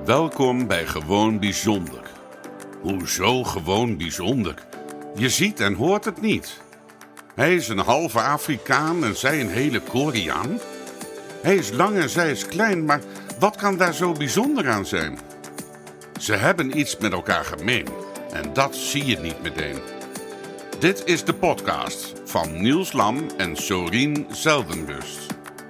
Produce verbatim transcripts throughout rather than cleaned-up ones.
Welkom bij Gewoon Bijzonder. Hoezo gewoon bijzonder? Je ziet en hoort het niet. Hij is een halve Afrikaan en zij een hele Koreaan. Hij is lang en zij is klein, maar wat kan daar zo bijzonder aan zijn? Ze hebben iets met elkaar gemeen en dat zie je niet meteen. Dit is de podcast van Niels Lam en Sorien Zeldenrust.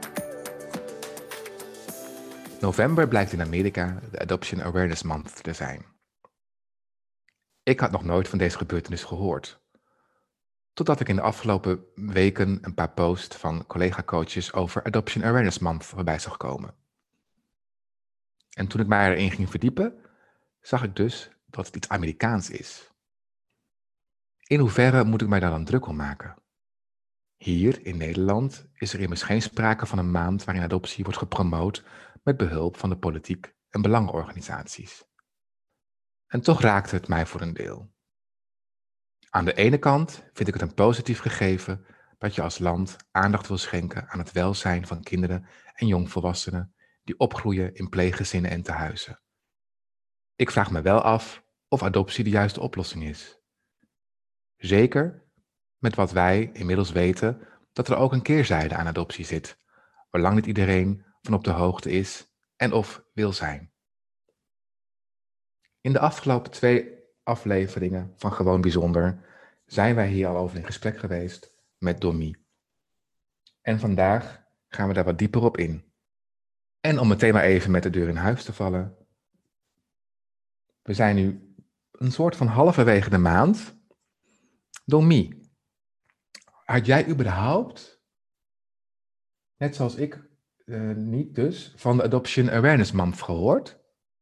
November blijkt in Amerika de Adoption Awareness Month te zijn. Ik had nog nooit van deze gebeurtenis gehoord. Totdat ik in de afgelopen weken een paar posts van collega-coaches over Adoption Awareness Month voorbij zag komen. En toen ik mij erin ging verdiepen, zag ik dus dat het iets Amerikaans is. In hoeverre moet ik mij daar dan druk om maken? Hier in Nederland is er immers geen sprake van een maand waarin adoptie wordt gepromoot met behulp van de politiek en belangenorganisaties. En toch raakte het mij voor een deel. Aan de ene kant vind ik het een positief gegeven dat je als land aandacht wil schenken aan het welzijn van kinderen en jongvolwassenen die opgroeien in pleeggezinnen en tehuizen. Ik vraag me wel af of adoptie de juiste oplossing is. Zeker met wat wij inmiddels weten dat er ook een keerzijde aan adoptie zit, waar lang niet iedereen van op de hoogte is en of wil zijn. In de afgelopen twee afleveringen van Gewoon Bijzonder zijn wij hier al over in gesprek geweest met Domi. En vandaag gaan we daar wat dieper op in. En om meteen maar even met de deur in huis te vallen. We zijn nu een soort van halverwege de maand. Domi, had jij überhaupt, net zoals ik uh, niet dus, van de Adoption Awareness Month gehoord?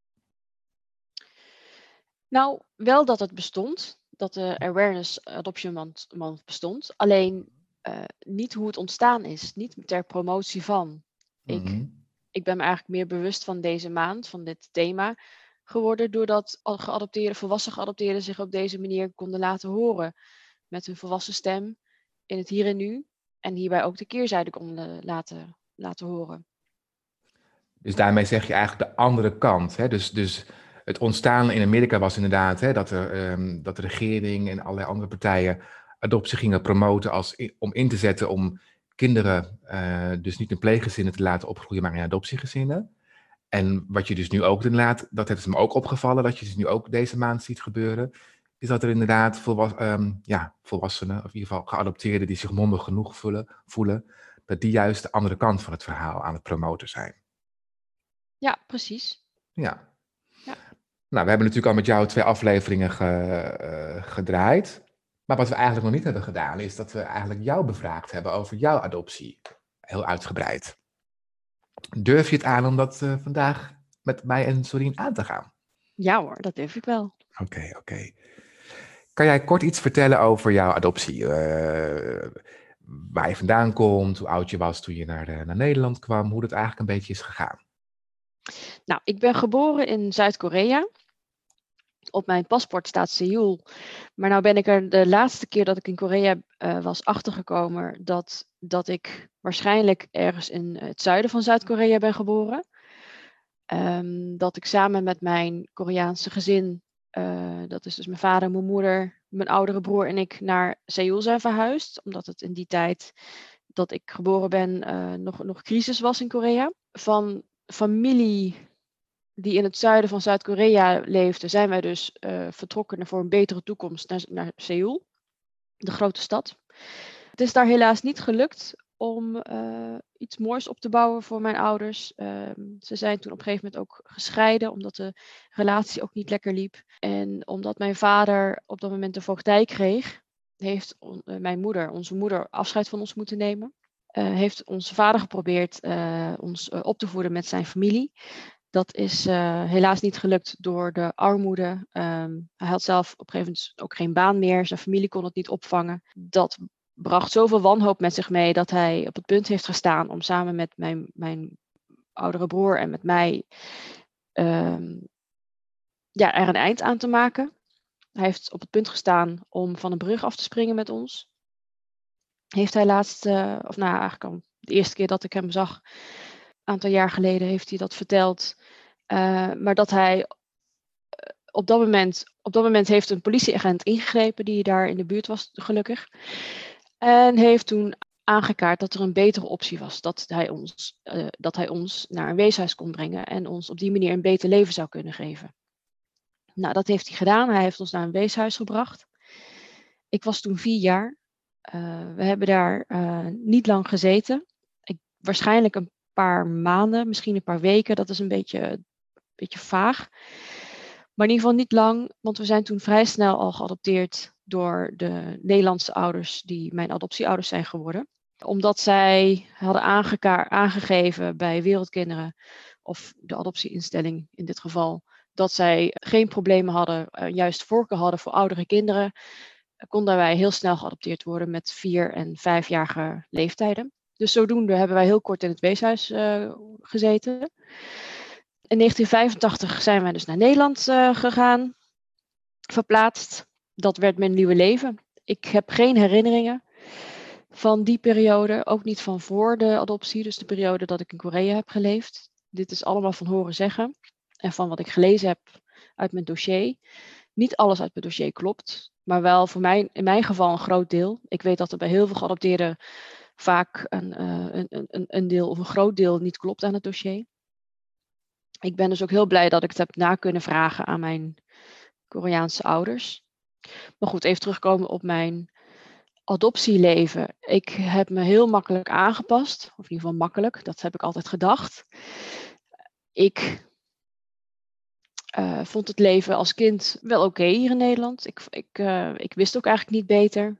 Nou, wel dat het bestond, dat de Awareness Adoption Month, month bestond, alleen uh, niet hoe het ontstaan is, niet ter promotie van. Ik, mm-hmm. ik ben me eigenlijk meer bewust van deze maand, van dit thema, geworden doordat geadopteerde, volwassen geadopteerden zich op deze manier konden laten horen met hun volwassen stem in het hier en nu en hierbij ook de keerzijde konden laten, laten horen. Dus daarmee zeg je eigenlijk de andere kant, hè? Dus... dus... Het ontstaan in Amerika was inderdaad hè, dat, er, um, dat de regering en allerlei andere partijen adoptie gingen promoten als in, om in te zetten om kinderen uh, dus niet in pleeggezinnen te laten opgroeien, maar in adoptiegezinnen. En wat je dus nu ook inderdaad, dat is me ook opgevallen, dat je dus nu ook deze maand ziet gebeuren, is dat er inderdaad volwas, um, ja, volwassenen, of in ieder geval geadopteerden die zich mondig genoeg voelen, voelen, dat die juist de andere kant van het verhaal aan het promoten zijn. Ja, precies. Ja. Ja. Nou, we hebben natuurlijk al met jou twee afleveringen ge, uh, gedraaid. Maar wat we eigenlijk nog niet hebben gedaan, is dat we eigenlijk jou bevraagd hebben over jouw adoptie. Heel uitgebreid. Durf je het aan om dat uh, vandaag met mij en Sorien aan te gaan? Ja hoor, dat durf ik wel. Oké, okay, oké. Okay. Kan jij kort iets vertellen over jouw adoptie? Uh, waar je vandaan komt, hoe oud je was toen je naar, uh, naar Nederland kwam, hoe dat eigenlijk een beetje is gegaan? Nou, ik ben geboren in Zuid-Korea. Op mijn paspoort staat Seoul. Maar nou ben ik er de laatste keer dat ik in Korea uh, was achtergekomen dat, dat ik waarschijnlijk ergens in het zuiden van Zuid-Korea ben geboren. Um, dat ik samen met mijn Koreaanse gezin, uh, dat is dus mijn vader, mijn moeder, mijn oudere broer en ik naar Seoul zijn verhuisd. Omdat het in die tijd dat ik geboren ben uh, nog, nog crisis was in Korea. Van familie die in het zuiden van Zuid-Korea leefde, zijn wij dus uh, vertrokken voor een betere toekomst naar, naar Seoul, de grote stad. Het is daar helaas niet gelukt om uh, iets moois op te bouwen voor mijn ouders. Uh, ze zijn toen op een gegeven moment ook gescheiden, omdat de relatie ook niet lekker liep. En omdat mijn vader op dat moment de voogdij kreeg, heeft on, uh, mijn moeder, onze moeder, afscheid van ons moeten nemen. Uh, heeft onze vader geprobeerd uh, ons uh, op te voeden met zijn familie. Dat is uh, helaas niet gelukt door de armoede. Um, hij had zelf op een gegeven moment ook geen baan meer. Zijn familie kon het niet opvangen. Dat bracht zoveel wanhoop met zich mee dat hij op het punt heeft gestaan om samen met mijn, mijn oudere broer en met mij um, ja, er een eind aan te maken. Hij heeft op het punt gestaan om van een brug af te springen met ons. Heeft hij laatst, uh, of nou eigenlijk al de eerste keer dat ik hem zag, een aantal jaar geleden heeft hij dat verteld. Uh, maar dat hij op dat moment, op dat moment heeft een politieagent ingegrepen die daar in de buurt was, gelukkig. En heeft toen aangekaart dat er een betere optie was. Dat hij ons, uh, dat hij ons naar een weeshuis kon brengen en ons op die manier een beter leven zou kunnen geven. Nou, dat heeft hij gedaan. Hij heeft ons naar een weeshuis gebracht. Ik was toen vier jaar. Uh, we hebben daar uh, niet lang gezeten. Ik, waarschijnlijk een paar maanden, misschien een paar weken. Dat is een beetje, een beetje vaag. Maar in ieder geval niet lang, want we zijn toen vrij snel al geadopteerd door de Nederlandse ouders die mijn adoptieouders zijn geworden. Omdat zij hadden aangeka- aangegeven bij Wereldkinderen, of de adoptieinstelling in dit geval, dat zij geen problemen hadden, uh, juist voorkeur hadden voor oudere kinderen, konden wij heel snel geadopteerd worden met vier- en vijfjarige leeftijden. Dus zodoende hebben wij heel kort in het weeshuis uh, gezeten. In negentien vijfentachtig zijn wij dus naar Nederland uh, gegaan, verplaatst. Dat werd mijn nieuwe leven. Ik heb geen herinneringen van die periode, ook niet van voor de adoptie, dus de periode dat ik in Korea heb geleefd. Dit is allemaal van horen zeggen en van wat ik gelezen heb uit mijn dossier. Niet alles uit mijn dossier klopt, maar wel voor mij, in mijn geval een groot deel. Ik weet dat er bij heel veel geadopteerden vaak een, uh, een, een, een deel of een groot deel niet klopt aan het dossier. Ik ben dus ook heel blij dat ik het heb na kunnen vragen aan mijn Koreaanse ouders. Maar goed, even terugkomen op mijn adoptieleven. Ik heb me heel makkelijk aangepast. Of in ieder geval makkelijk, dat heb ik altijd gedacht. Ik uh, vond het leven als kind wel oké okay hier in Nederland. Ik, ik, uh, ik wist ook eigenlijk niet beter.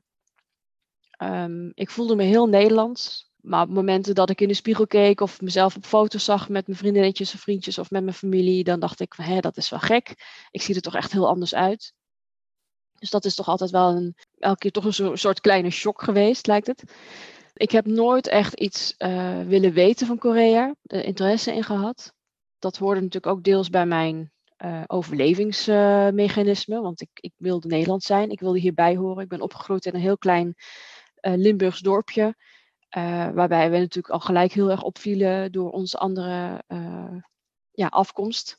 Um, ik voelde me heel Nederlands. Maar op momenten dat ik in de spiegel keek of mezelf op foto's zag met mijn vriendinnetjes of vriendjes of met mijn familie, dan dacht ik van hé, dat is wel gek. Ik zie er toch echt heel anders uit. Dus dat is toch altijd wel een, elke keer toch een soort kleine shock geweest, lijkt het. Ik heb nooit echt iets uh, willen weten van Korea, er interesse in gehad. Dat hoorde natuurlijk ook deels bij mijn uh, overlevingsmechanisme, uh, want ik, ik wilde Nederlands zijn, ik wilde hierbij horen. Ik ben opgegroeid in een heel klein uh, Limburgs dorpje, uh, waarbij we natuurlijk al gelijk heel erg opvielen door onze andere uh, ja, afkomst.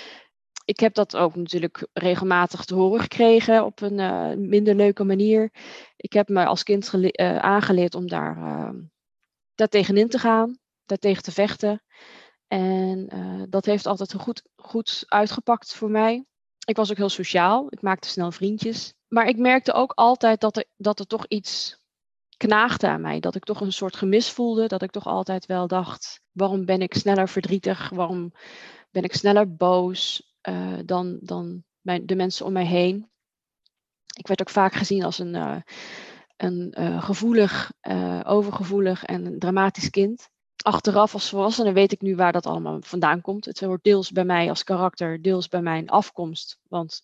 Ik heb dat ook natuurlijk regelmatig te horen gekregen op een uh, minder leuke manier. Ik heb me als kind gele- uh, aangeleerd om daar, uh, daar tegenin te gaan, daartegen te vechten. En uh, dat heeft altijd goed, goed uitgepakt voor mij. Ik was ook heel sociaal, ik maakte snel vriendjes. Maar ik merkte ook altijd dat er, dat er toch iets knaagde aan mij. Dat ik toch een soort gemis voelde, dat ik toch altijd wel dacht, waarom ben ik sneller verdrietig? Waarom ben ik sneller boos? Uh, dan, dan mijn, de mensen om mij heen. Ik werd ook vaak gezien als een, uh, een uh, gevoelig, uh, overgevoelig en dramatisch kind. Achteraf als volwassene weet ik nu waar dat allemaal vandaan komt. Het hoort deels bij mij als karakter, deels bij mijn afkomst. Want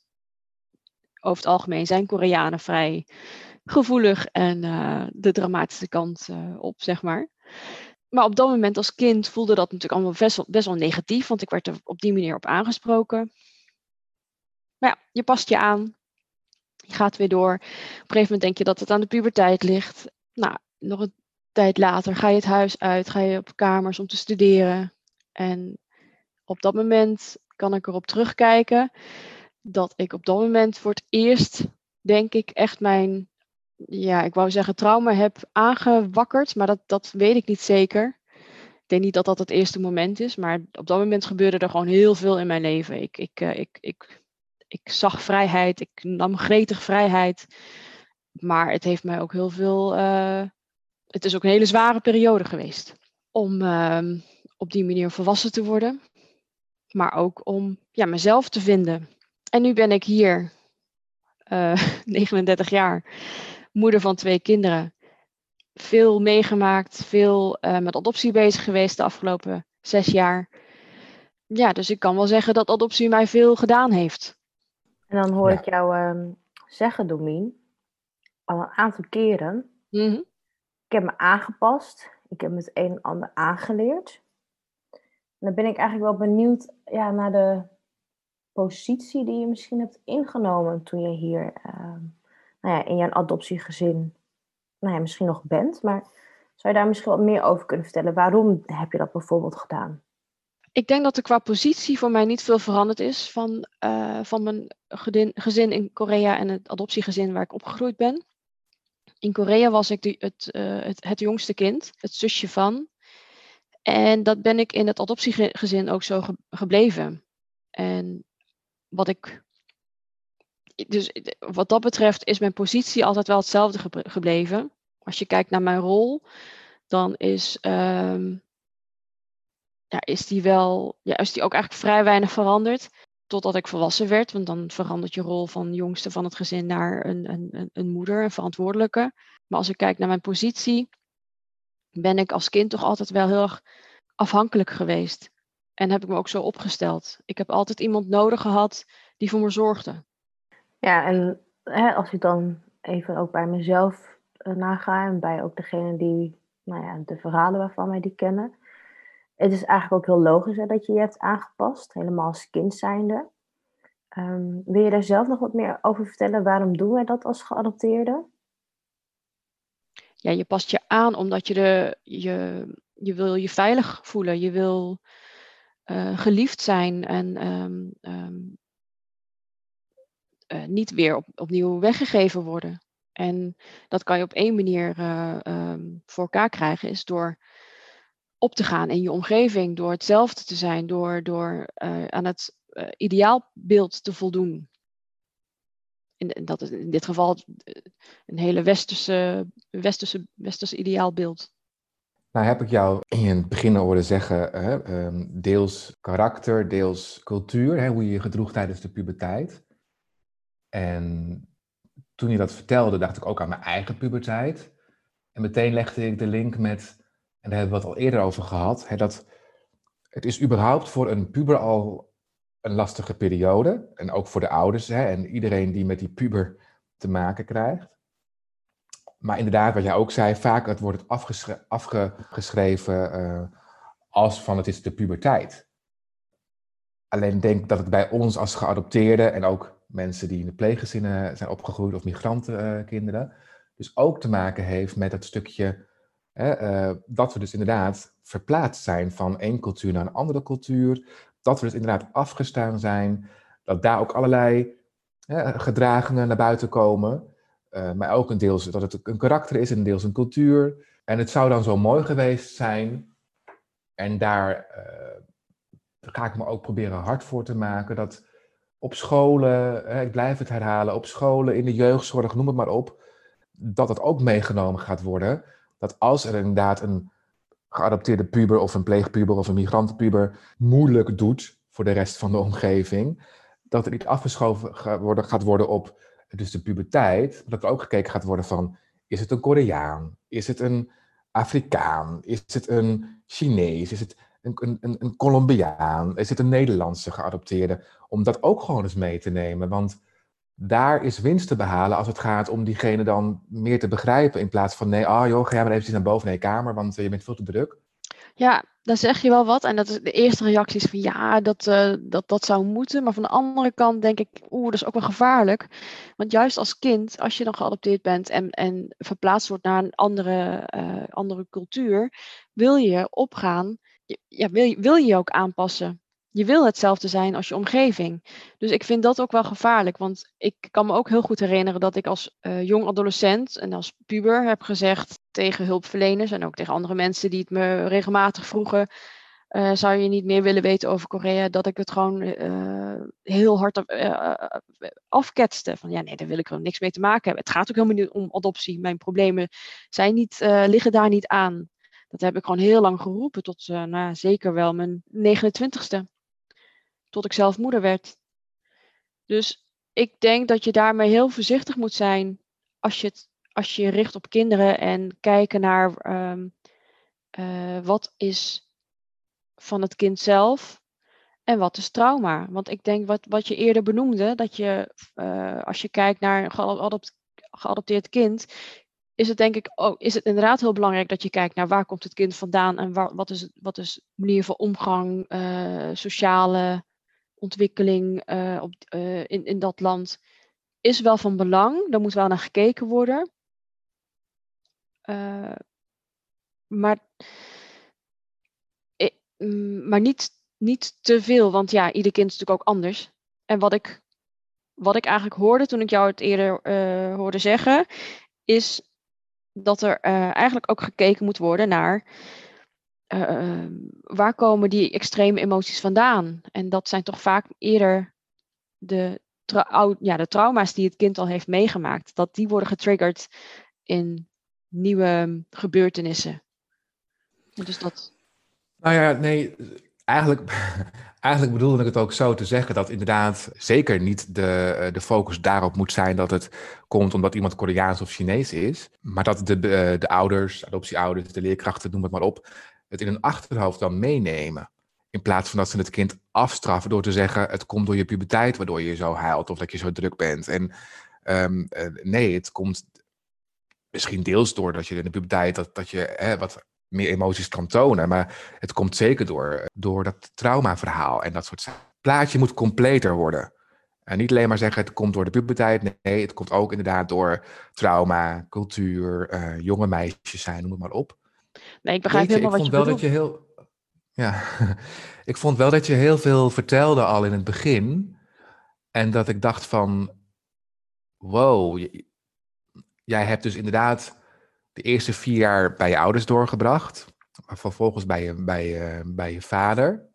over het algemeen zijn Koreanen vrij gevoelig en uh, de dramatische kant uh, op, zeg maar. Maar op dat moment als kind voelde dat natuurlijk allemaal best wel, best wel negatief, want ik werd er op die manier op aangesproken. Maar ja, je past je aan. Je gaat weer door. Op een gegeven moment denk je dat het aan de puberteit ligt. Nou, nog een tijd later ga je het huis uit. Ga je op kamers om te studeren. En op dat moment kan ik erop terugkijken dat ik op dat moment voor het eerst, denk ik, echt mijn, ja, ik wou zeggen trauma heb aangewakkerd. Maar dat, dat weet ik niet zeker. Ik denk niet dat dat het eerste moment is. Maar op dat moment gebeurde er gewoon heel veel in mijn leven. Ik, ik, uh, ik, ik Ik zag vrijheid, ik nam gretig vrijheid. Maar het heeft mij ook heel veel... Uh, het is ook een hele zware periode geweest. Om uh, op die manier volwassen te worden. Maar ook om ja, mezelf te vinden. En nu ben ik hier, uh, negenendertig jaar, moeder van twee kinderen. Veel meegemaakt, veel uh, met adoptie bezig geweest de afgelopen zes jaar. Ja, dus ik kan wel zeggen dat adoptie mij veel gedaan heeft. En dan hoor Ja. ik jou um, zeggen, Domien, al een aantal keren. Mm-hmm. Ik heb me aangepast. Ik heb me het een en ander aangeleerd. En dan ben ik eigenlijk wel benieuwd ja, naar de positie die je misschien hebt ingenomen toen je hier uh, nou ja, in jouw adoptiegezin nou ja, misschien nog bent. Maar zou je daar misschien wat meer over kunnen vertellen? Waarom heb je dat bijvoorbeeld gedaan? Ik denk dat er qua positie voor mij niet veel veranderd is van, uh, van mijn gedin, gezin in Korea en het adoptiegezin waar ik opgegroeid ben. In Korea was ik de, het, uh, het, het jongste kind, het zusje van. En dat ben ik in het adoptiegezin ook zo ge, gebleven. En wat ik... Dus wat dat betreft is mijn positie altijd wel hetzelfde ge, gebleven. Als je kijkt naar mijn rol, dan is... Um, Ja, is die wel, ja, is die ook eigenlijk vrij weinig veranderd. Totdat ik volwassen werd. Want dan verandert je rol van jongste van het gezin naar een, een, een moeder, een verantwoordelijke. Maar als ik kijk naar mijn positie, ben ik als kind toch altijd wel heel erg afhankelijk geweest. En heb ik me ook zo opgesteld. Ik heb altijd iemand nodig gehad die voor me zorgde. Ja, en hè, als ik dan even ook bij mezelf uh, naga en bij ook degene die, nou ja, de verhalen waarvan wij die kennen. Het is eigenlijk ook heel logisch hè, dat je je hebt aangepast, helemaal als kind zijnde. Um, wil je daar zelf nog wat meer over vertellen? Waarom doen wij dat als geadopteerden? Ja, je past je aan omdat je, de, je, je wil je veilig voelen. Je wil uh, geliefd zijn en um, um, uh, niet weer op, opnieuw weggegeven worden. En dat kan je op één manier uh, um, voor elkaar krijgen, is door op te gaan in je omgeving, door hetzelfde te zijn, door, door uh, aan het uh, ideaalbeeld te voldoen. In, dat is in dit geval een hele westerse, westerse, westerse ideaalbeeld. Nou heb ik jou in het begin horen zeggen, hè, um, deels karakter, deels cultuur, hè, hoe je je gedroeg tijdens de puberteit. En toen je dat vertelde, dacht ik ook aan mijn eigen puberteit. En meteen legde ik de link met, en daar hebben we het al eerder over gehad, hè, dat het is überhaupt voor een puber al een lastige periode. En ook voor de ouders hè, en iedereen die met die puber te maken krijgt. Maar inderdaad, wat jij ook zei, vaak het wordt het afgeschre- afgeschreven uh, als van het is de puberteit. Alleen denk ik dat het bij ons als geadopteerden en ook mensen die in de pleeggezinnen zijn opgegroeid of migrantenkinderen, uh, dus ook te maken heeft met het stukje uh, uh, dat we dus inderdaad verplaatst zijn van één cultuur naar een andere cultuur. Dat we dus inderdaad afgestaan zijn, dat daar ook allerlei uh, gedragingen naar buiten komen. Uh, maar ook een deels dat het een karakter is en een deels een cultuur. En het zou dan zo mooi geweest zijn, en daar uh, ga ik me ook proberen hard voor te maken, dat op scholen, hè, ik blijf het herhalen, op scholen, in de jeugdzorg, noem het maar op, dat het ook meegenomen gaat worden. Dat als er inderdaad een geadopteerde puber of een pleegpuber of een migrantenpuber moeilijk doet voor de rest van de omgeving, dat er niet afgeschoven gaat worden op dus de puberteit, dat er ook gekeken gaat worden van, is het een Koreaan? Is het een Afrikaan? Is het een Chinees? Is het een, een, een Colombiaan? Is het een Nederlandse geadopteerde? Om dat ook gewoon eens mee te nemen, want daar is winst te behalen als het gaat om diegene dan meer te begrijpen, in plaats van, nee, ah joh, ga jij maar eventjes naar boven naar je kamer, want je bent veel te druk. Ja, dan zeg je wel wat. En dat is de eerste reactie is van ja, dat, uh, dat, dat zou moeten. Maar van de andere kant denk ik, oeh, dat is ook wel gevaarlijk. Want juist als kind, als je dan geadopteerd bent en, en verplaatst wordt naar een andere, uh, andere cultuur, wil je opgaan, ja, wil, je, wil je je ook aanpassen. Je wil hetzelfde zijn als je omgeving. Dus ik vind dat ook wel gevaarlijk. Want ik kan me ook heel goed herinneren dat ik als uh, jong adolescent en als puber heb gezegd tegen hulpverleners en ook tegen andere mensen die het me regelmatig vroegen, uh, zou je niet meer willen weten over Korea, dat ik het gewoon uh, heel hard uh, afketste. Van ja, nee, daar wil ik gewoon niks mee te maken hebben. Het gaat ook helemaal niet om adoptie. Mijn problemen zijn niet, uh, liggen daar niet aan. Dat heb ik gewoon heel lang geroepen, tot uh, nou, zeker wel mijn negenentwintigste. Tot ik zelf moeder werd. Dus ik denk dat je daarmee heel voorzichtig moet zijn als je, het, als je je richt op kinderen en kijken naar um, uh, wat is van het kind zelf en wat is trauma. Want ik denk wat, wat je eerder benoemde, dat je uh, als je kijkt naar een geadopt, geadopteerd kind, is het denk ik ook, is het inderdaad heel belangrijk dat je kijkt naar waar komt het kind vandaan en waar, wat is wat is manier van omgang, uh, sociale ontwikkeling uh, op, uh, in, in dat land is wel van belang. Daar moet wel naar gekeken worden. Uh, maar, maar niet, niet te veel, want ja, ieder kind is natuurlijk ook anders. En wat ik, wat ik eigenlijk hoorde toen ik jou het eerder uh, hoorde zeggen, is dat er uh, eigenlijk ook gekeken moet worden naar uh, waar komen die extreme emoties vandaan. En dat zijn toch vaak eerder de, tra- ja, de trauma's die het kind al heeft meegemaakt. Dat die worden getriggerd in nieuwe gebeurtenissen. En dus dat... Nou ja, nee, eigenlijk, eigenlijk bedoelde ik het ook zo te zeggen dat inderdaad zeker niet de, de focus daarop moet zijn dat het komt omdat iemand Koreaans of Chinees is, maar dat de, de ouders, adoptieouders, de leerkrachten, noem het maar op, het in hun achterhoofd dan meenemen. In plaats van dat ze het kind afstraffen door te zeggen, het komt door je puberteit waardoor je zo huilt of dat je zo druk bent. En um, nee, het komt misschien deels door dat je in de puberteit dat, dat je hè, wat meer emoties kan tonen. Maar het komt zeker door, door dat traumaverhaal en dat soort zaken. Het plaatje moet completer worden. En niet alleen maar zeggen het komt door de puberteit. Nee, het komt ook inderdaad door trauma, cultuur, uh, jonge meisjes zijn, noem het maar op. Nee, ik begrijp Weet je, helemaal ik wat vond je wel bedoelt. dat je heel... Ja, ik vond wel dat je heel veel vertelde al in het begin. En dat ik dacht van... Wow, j- jij hebt dus inderdaad de eerste vier jaar bij je ouders doorgebracht. Maar vervolgens bij je, bij, je, bij je vader.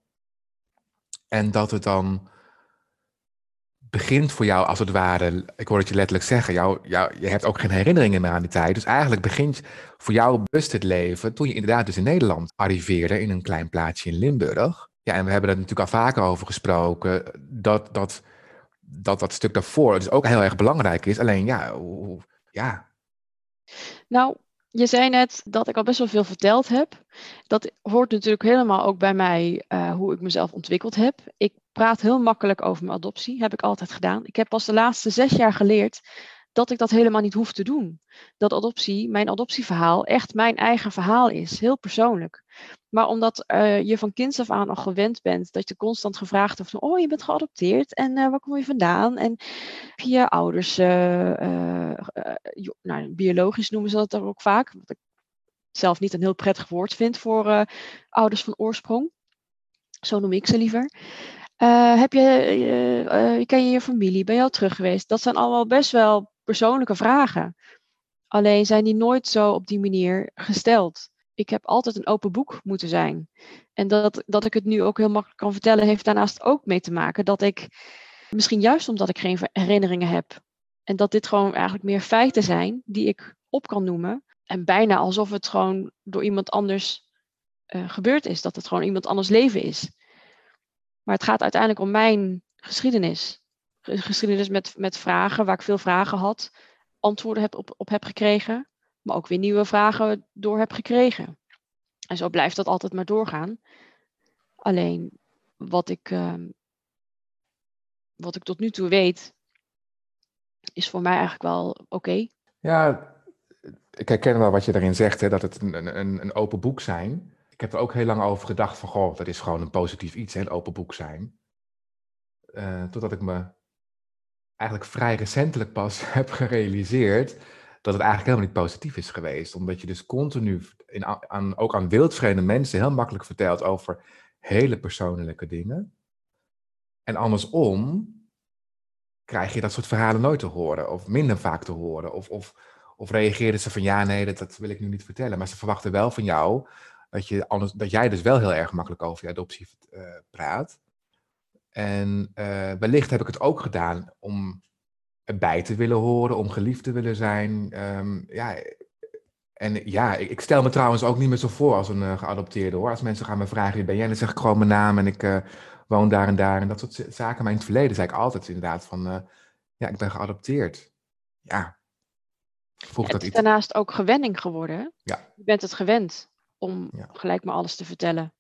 En dat het dan begint voor jou als het ware, ik hoor het je letterlijk zeggen, jou, jou, je hebt ook geen herinneringen meer aan die tijd. Dus eigenlijk begint voor jou bewust het leven toen je inderdaad dus in Nederland arriveerde in een klein plaatsje in Limburg. Ja, en we hebben er natuurlijk al vaker over gesproken, dat dat, dat, dat stuk daarvoor dus ook heel erg belangrijk is. Alleen ja, hoe- ja. Nou, je zei net dat ik al best wel veel verteld heb. Dat hoort natuurlijk helemaal ook bij mij uh, hoe ik mezelf ontwikkeld heb. Ik praat heel makkelijk over mijn adoptie, heb ik altijd gedaan. Ik heb pas de laatste zes jaar geleerd dat ik dat helemaal niet hoef te doen. Dat adoptie, mijn adoptieverhaal, echt mijn eigen verhaal is, heel persoonlijk. Maar omdat uh, je van kinds af aan al gewend bent dat je constant gevraagd wordt, oh, je bent geadopteerd en uh, waar kom je vandaan? En heb je ouders, uh, uh, uh, nou, biologisch noemen ze dat dan ook vaak, wat ik zelf niet een heel prettig woord vind voor uh, ouders van oorsprong. Zo noem ik ze liever. Uh, heb je, uh, uh, ken je je familie? Ben je al terug geweest? Dat zijn allemaal best wel persoonlijke vragen. Alleen zijn die nooit zo op die manier gesteld. Ik heb altijd een open boek moeten zijn. En dat, dat ik het nu ook heel makkelijk kan vertellen, heeft daarnaast ook mee te maken dat ik, misschien juist omdat ik geen herinneringen heb, en dat dit gewoon eigenlijk meer feiten zijn die ik op kan noemen. En bijna alsof het gewoon door iemand anders uh, gebeurd is. Dat het gewoon iemand anders leven is. Maar het gaat uiteindelijk om mijn geschiedenis. Geschiedenis met, met vragen, waar ik veel vragen had, antwoorden heb op, op heb gekregen, maar ook weer nieuwe vragen door heb gekregen. En zo blijft dat altijd maar doorgaan. Alleen wat ik, uh, wat ik tot nu toe weet, is voor mij eigenlijk wel oké. Okay. Ja, ik herken wel wat je daarin zegt, hè, dat het een, een, een open boek zijn. Ik heb er ook heel lang over gedacht van, goh, dat is gewoon een positief iets, hè, een open boek zijn. Uh, totdat ik me eigenlijk vrij recentelijk pas heb gerealiseerd dat het eigenlijk helemaal niet positief is geweest. Omdat je dus continu, in, aan, ook aan wildvreemde mensen, heel makkelijk vertelt over hele persoonlijke dingen. En andersom krijg je dat soort verhalen nooit te horen, of minder vaak te horen. Of, of, of reageerden ze van, ja, nee, dat, dat wil ik nu niet vertellen. Maar ze verwachten wel van jou dat, je anders, dat jij dus wel heel erg makkelijk over je adoptie uh, praat. En uh, wellicht heb ik het ook gedaan om erbij te willen horen, om geliefd te willen zijn. Um, ja, en ja, ik, ik stel me trouwens ook niet meer zo voor als een uh, geadopteerde, hoor. Als mensen gaan me vragen, wie ben jij? Dan zeg ik gewoon mijn naam en ik uh, woon daar en daar. En dat soort zaken. Maar in het verleden zei ik altijd inderdaad van, uh, ja, ik ben geadopteerd. Ja. Ja, het dat is iets... daarnaast ook gewenning geworden. Ja. Je bent het gewend om ja. gelijk maar alles te vertellen.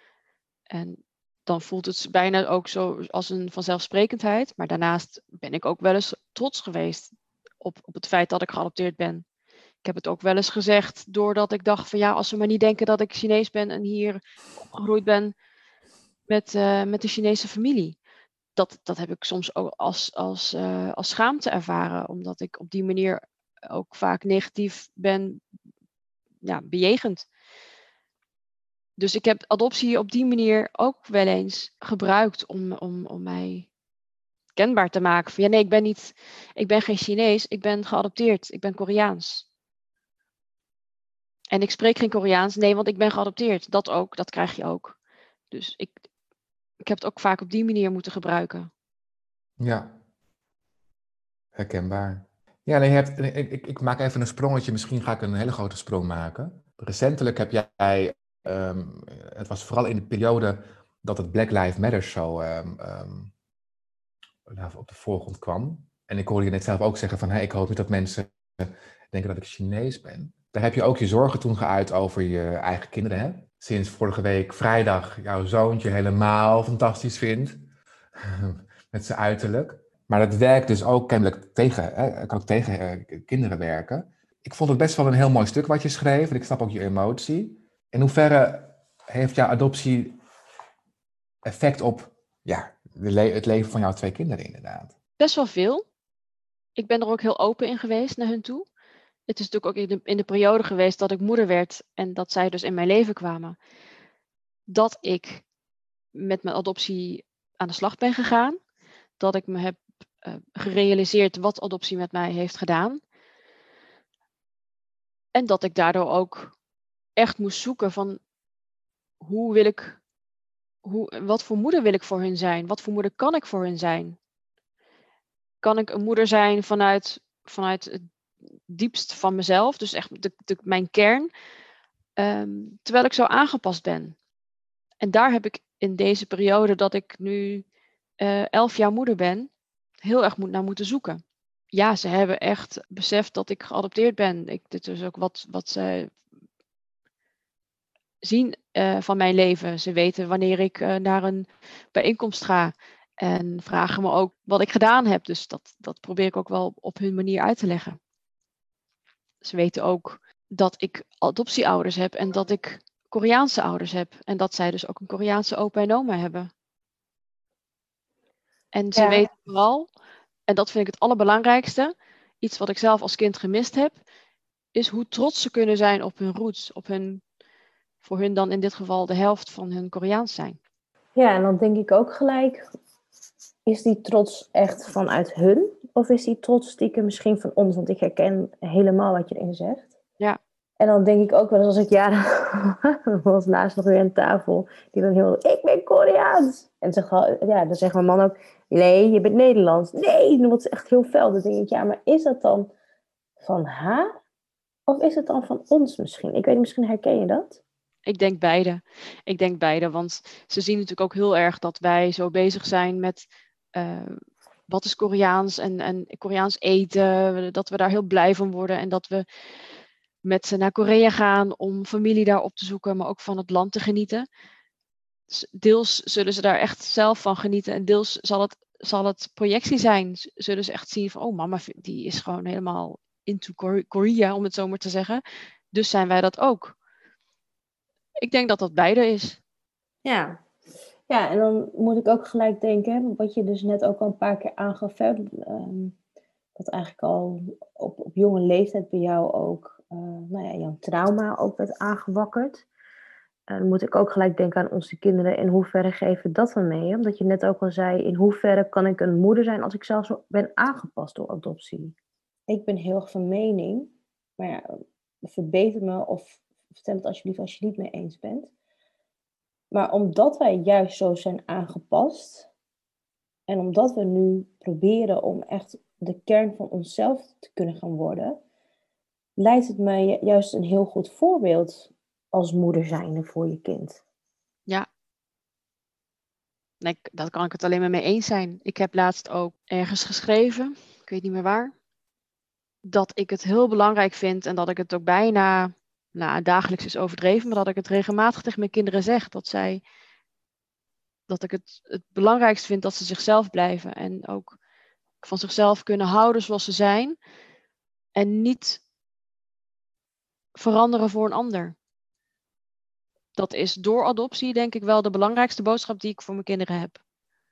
En dan voelt het bijna ook zo als een vanzelfsprekendheid. Maar daarnaast ben ik ook wel eens trots geweest op, op het feit dat ik geadopteerd ben. Ik heb het ook wel eens gezegd doordat ik dacht van ja, als ze maar niet denken dat ik Chinees ben en hier opgegroeid ben met, uh, met de Chinese familie. Dat, dat heb ik soms ook als, als, uh, als schaamte ervaren. Omdat ik op die manier ook vaak negatief ben ja, bejegend. Dus ik heb adoptie op die manier ook wel eens gebruikt om, om, om mij kenbaar te maken. Van ja, nee, ik ben niet, ik ben geen Chinees, ik ben geadopteerd, ik ben Koreaans. En ik spreek geen Koreaans, nee, want ik ben geadopteerd. Dat ook, dat krijg je ook. Dus ik, ik heb het ook vaak op die manier moeten gebruiken. Ja, herkenbaar. Ja, nee, je hebt, ik, ik, ik maak even een sprongetje. Misschien ga ik een hele grote sprong maken. Recentelijk heb jij, um, het was vooral in de periode dat het Black Lives Matter zo um, um, op de voorgrond kwam. En ik hoorde je net zelf ook zeggen van, hey, ik hoop niet dat mensen denken dat ik Chinees ben. Daar heb je ook je zorgen toen geuit over je eigen kinderen, hè? Sinds vorige week vrijdag jouw zoontje helemaal fantastisch vindt. Met zijn uiterlijk. Maar dat werkt dus ook kennelijk tegen, hè? Kan ook tegen uh, kinderen werken. Ik vond het best wel een heel mooi stuk wat je schreef. En ik snap ook je emotie. In hoeverre heeft jouw adoptie effect op ja, de le- het leven van jouw twee kinderen inderdaad? Best wel veel. Ik ben er ook heel open in geweest naar hun toe. Het is natuurlijk ook in de, in de periode geweest dat ik moeder werd en dat zij dus in mijn leven kwamen. Dat ik met mijn adoptie aan de slag ben gegaan. Dat ik me heb uh, gerealiseerd wat adoptie met mij heeft gedaan. En dat ik daardoor ook echt moest zoeken van hoe wil ik, hoe, wat voor moeder wil ik voor hun zijn? Wat voor moeder kan ik voor hun zijn? Kan ik een moeder zijn vanuit, vanuit het diepst van mezelf, dus echt de, de, mijn kern, um, terwijl ik zo aangepast ben. En daar heb ik in deze periode dat ik nu uh, elf jaar moeder ben, heel erg moet, naar moeten zoeken. Ja, ze hebben echt beseft dat ik geadopteerd ben. Ik, dit is ook wat, wat ze zien uh, van mijn leven. Ze weten wanneer ik uh, naar een bijeenkomst ga. En vragen me ook wat ik gedaan heb. Dus dat, dat probeer ik ook wel op, op hun manier uit te leggen. Ze weten ook dat ik adoptieouders heb en dat ik Koreaanse ouders heb. En dat zij dus ook een Koreaanse opa en oma hebben. En ze Ja. weten vooral, en dat vind ik het allerbelangrijkste, iets wat ik zelf als kind gemist heb, is hoe trots ze kunnen zijn op hun roots. Op hun, voor hun dan in dit geval de helft van hun Koreaans zijn. Ja, en dan denk ik ook gelijk, is die trots echt vanuit hun? Of is die trots stiekem misschien van ons? Want ik herken helemaal wat je erin zegt. Ja. En dan denk ik ook wel eens als ik jaren was laatst nog weer aan tafel, die dan heel, ik ben Koreaans. En zeg, ja, dan zegt mijn man ook, nee, je bent Nederlands. Nee, dan wordt ze echt heel fel. Dan denk ik, ja, maar is dat dan van haar? Of is het dan van ons misschien? Ik weet niet, misschien herken je dat? Ik denk beide. Ik denk beide, want ze zien natuurlijk ook heel erg dat wij zo bezig zijn met uh, wat is Koreaans en, en Koreaans eten. Dat we daar heel blij van worden en dat we met ze naar Korea gaan om familie daar op te zoeken, maar ook van het land te genieten. Deels zullen ze daar echt zelf van genieten en deels zal het, zal het projectie zijn. Zullen ze echt zien van, oh mama, die is gewoon helemaal into Korea, om het zo maar te zeggen. Dus zijn wij dat ook. Ik denk dat dat beide is. Ja. Ja, en dan moet ik ook gelijk denken, wat je dus net ook al een paar keer aangaf, hè, um, dat eigenlijk al op, op jonge leeftijd bij jou ook, uh, nou ja, jouw trauma ook werd aangewakkerd. Uh, dan moet ik ook gelijk denken aan onze kinderen. In hoeverre geven dat dan mee? Omdat je net ook al zei, in hoeverre kan ik een moeder zijn als ik zelf zo ben aangepast door adoptie? Ik ben heel erg van mening, maar ja, verbeter me of vertel het alsjeblieft als je het niet mee eens bent. Maar omdat wij juist zo zijn aangepast en omdat we nu proberen om echt de kern van onszelf te kunnen gaan worden, lijkt het mij juist een heel goed voorbeeld als moeder zijnde voor je kind. Ja. Nee, daar kan ik het alleen maar mee eens zijn. Ik heb laatst ook ergens geschreven, ik weet niet meer waar, dat ik het heel belangrijk vind en dat ik het ook bijna, nou dagelijks is overdreven, maar dat ik het regelmatig tegen mijn kinderen zeg. Dat zij, dat ik het, het belangrijkst vind dat ze zichzelf blijven en ook van zichzelf kunnen houden zoals ze zijn en niet veranderen voor een ander. Dat is door adoptie denk ik wel de belangrijkste boodschap die ik voor mijn kinderen heb.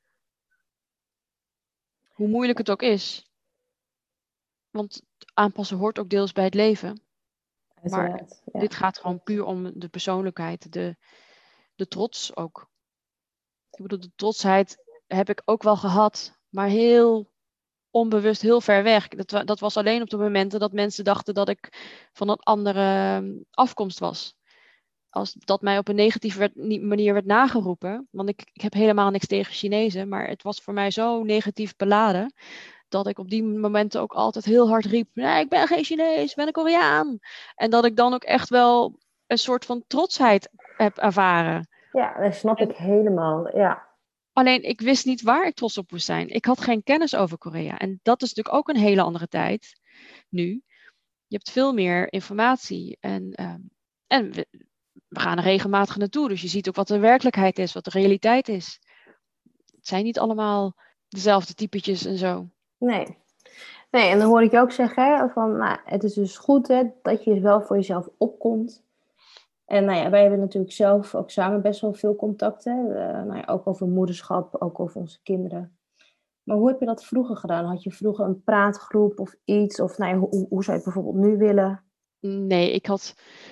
Hoe moeilijk het ook is. Want aanpassen hoort ook deels bij het leven. Maar Uiteraard, ja. dit gaat gewoon puur om de persoonlijkheid. De, de trots ook. Ik bedoel, de trotsheid heb ik ook wel gehad, maar heel onbewust, heel ver weg. Dat, dat was alleen op de momenten dat mensen dachten dat ik van een andere afkomst was. Als dat mij op een negatieve werd, manier werd nageroepen. Want ik, ik heb helemaal niks tegen Chinezen, maar het was voor mij zo negatief beladen, dat ik op die momenten ook altijd heel hard riep, nee, ik ben geen Chinees, ik ben een Koreaan. En dat ik dan ook echt wel een soort van trotsheid heb ervaren. Ja, dat snap en, ik helemaal, ja. Alleen, ik wist niet waar ik trots op moest zijn. Ik had geen kennis over Korea. En dat is natuurlijk ook een hele andere tijd nu. Je hebt veel meer informatie. En, um, en we, we gaan er regelmatig naartoe. Dus je ziet ook wat de werkelijkheid is, wat de realiteit is. Het zijn niet allemaal dezelfde typetjes en zo. Nee. Nee, en dan hoor ik je ook zeggen, hè, van, nou, het is dus goed hè, dat je wel voor jezelf opkomt. En nou ja, wij hebben natuurlijk zelf ook samen best wel veel contacten. Uh, nou ja, ook over moederschap, ook over onze kinderen. Maar hoe heb je dat vroeger gedaan? Had je vroeger een praatgroep of iets? Of nou ja, hoe, hoe zou je het bijvoorbeeld nu willen? Nee, ik had...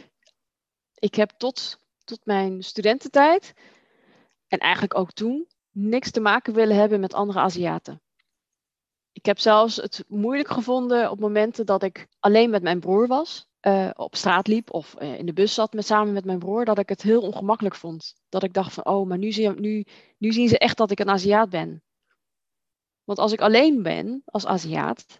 Ik heb tot, tot mijn studententijd, en eigenlijk ook toen, niks te maken willen hebben met andere Aziaten. Ik heb zelfs het moeilijk gevonden op momenten dat ik alleen met mijn broer was. Uh, op straat liep of uh, in de bus zat met, samen met mijn broer, dat ik het heel ongemakkelijk vond. Dat ik dacht van, oh, maar nu, zie, nu, nu zien ze echt dat ik een Aziat ben. Want als ik alleen ben als Aziat,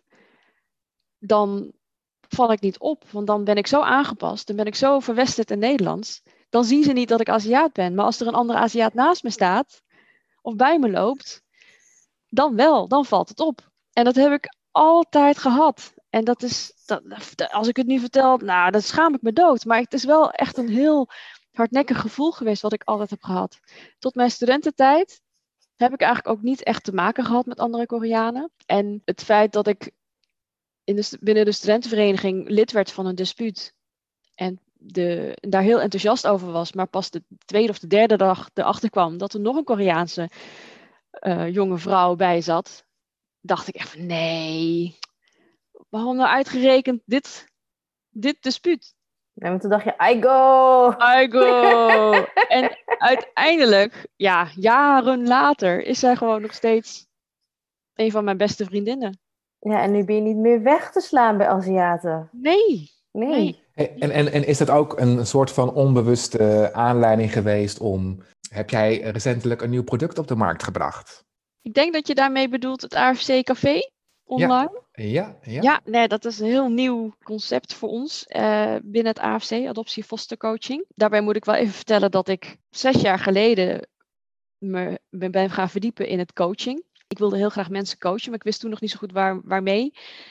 dan val ik niet op. Want dan ben ik zo aangepast, dan ben ik zo verwesterd in Nederlands. Dan zien ze niet dat ik Aziat ben. Maar als er een andere Aziat naast me staat, of bij me loopt, dan wel, dan valt het op. En dat heb ik altijd gehad. En dat is, dat, als ik het nu vertel, nou, dan schaam ik me dood. Maar het is wel echt een heel hardnekkig gevoel geweest wat ik altijd heb gehad. Tot mijn studententijd heb ik eigenlijk ook niet echt te maken gehad met andere Koreanen. En het feit dat ik in de, binnen de studentenvereniging lid werd van een dispuut. En de, daar heel enthousiast over was. Maar pas de tweede of de derde dag erachter kwam dat er nog een Koreaanse uh, jonge vrouw bij zat. Dacht ik echt van nee... Waarom nou uitgerekend dit, dit dispuut? Ja, maar toen dacht je, I go! I go! En uiteindelijk, ja, jaren later, is zij gewoon nog steeds een van mijn beste vriendinnen. Ja, en nu ben je niet meer weg te slaan bij Aziaten. Nee. Nee. nee. Hey, en, en, en is dat ook een soort van onbewuste aanleiding geweest om... Heb jij recentelijk een nieuw product op de markt gebracht? Ik denk dat je daarmee bedoelt het A F C Café. Online? Ja, ja, ja. Ja, nee, dat is een heel nieuw concept voor ons uh, binnen het A F C, Adoptie Foster Coaching. Daarbij moet ik wel even vertellen dat ik zes jaar geleden me ben gaan verdiepen in het coaching. Ik wilde heel graag mensen coachen, maar ik wist toen nog niet zo goed waar, waarmee.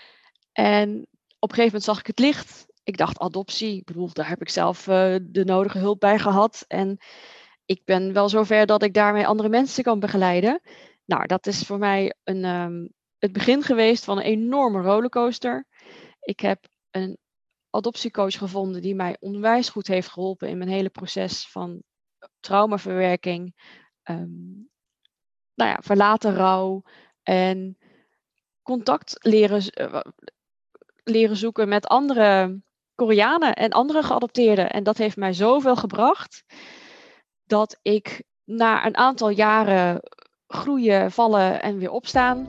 En op een gegeven moment zag ik het licht. Ik dacht adoptie, ik bedoel, daar heb ik zelf uh, de nodige hulp bij gehad. En ik ben wel zover dat ik daarmee andere mensen kan begeleiden. Nou, dat is voor mij een... Um, het begin geweest van een enorme rollercoaster. Ik heb een adoptiecoach gevonden die mij onwijs goed heeft geholpen in mijn hele proces van traumaverwerking, um, nou ja, verlaten rouw en contact leren, uh, leren zoeken met andere Koreanen en andere geadopteerden. En dat heeft mij zoveel gebracht dat ik na een aantal jaren groeien, vallen en weer opstaan,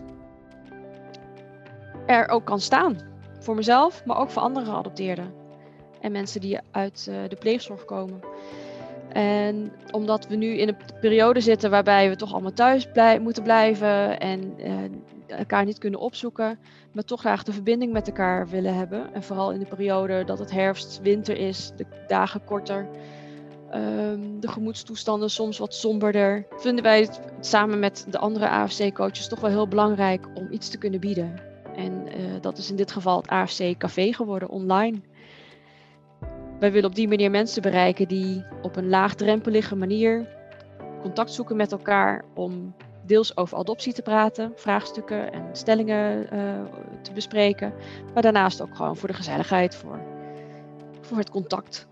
er ook kan staan. Voor mezelf, maar ook voor andere geadopteerden. En mensen die uit uh, de pleegzorg komen. En omdat we nu in een periode zitten waarbij we toch allemaal thuis blij- moeten blijven. En uh, elkaar niet kunnen opzoeken. Maar toch graag de verbinding met elkaar willen hebben. En vooral in de periode dat het herfst, winter is. De dagen korter. Um, de gemoedstoestanden soms wat somberder. Vinden wij het samen met de andere A F C-coaches toch wel heel belangrijk om iets te kunnen bieden. En uh, dat is in dit geval het A F C Café geworden, online. Wij willen op die manier mensen bereiken die op een laagdrempelige manier contact zoeken met elkaar om deels over adoptie te praten, vraagstukken en stellingen uh, te bespreken. Maar daarnaast ook gewoon voor de gezelligheid, voor, voor het contact.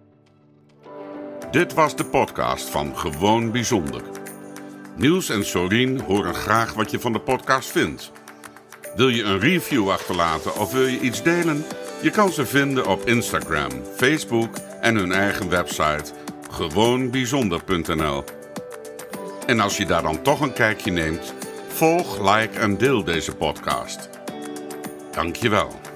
Dit was de podcast van Gewoon Bijzonder. Niels en Sorien horen graag wat je van de podcast vindt. Wil je een review achterlaten of wil je iets delen? Je kan ze vinden op Instagram, Facebook en hun eigen website gewoon bijzonder punt n l. En als je daar dan toch een kijkje neemt, volg, like en deel deze podcast. Dank je wel.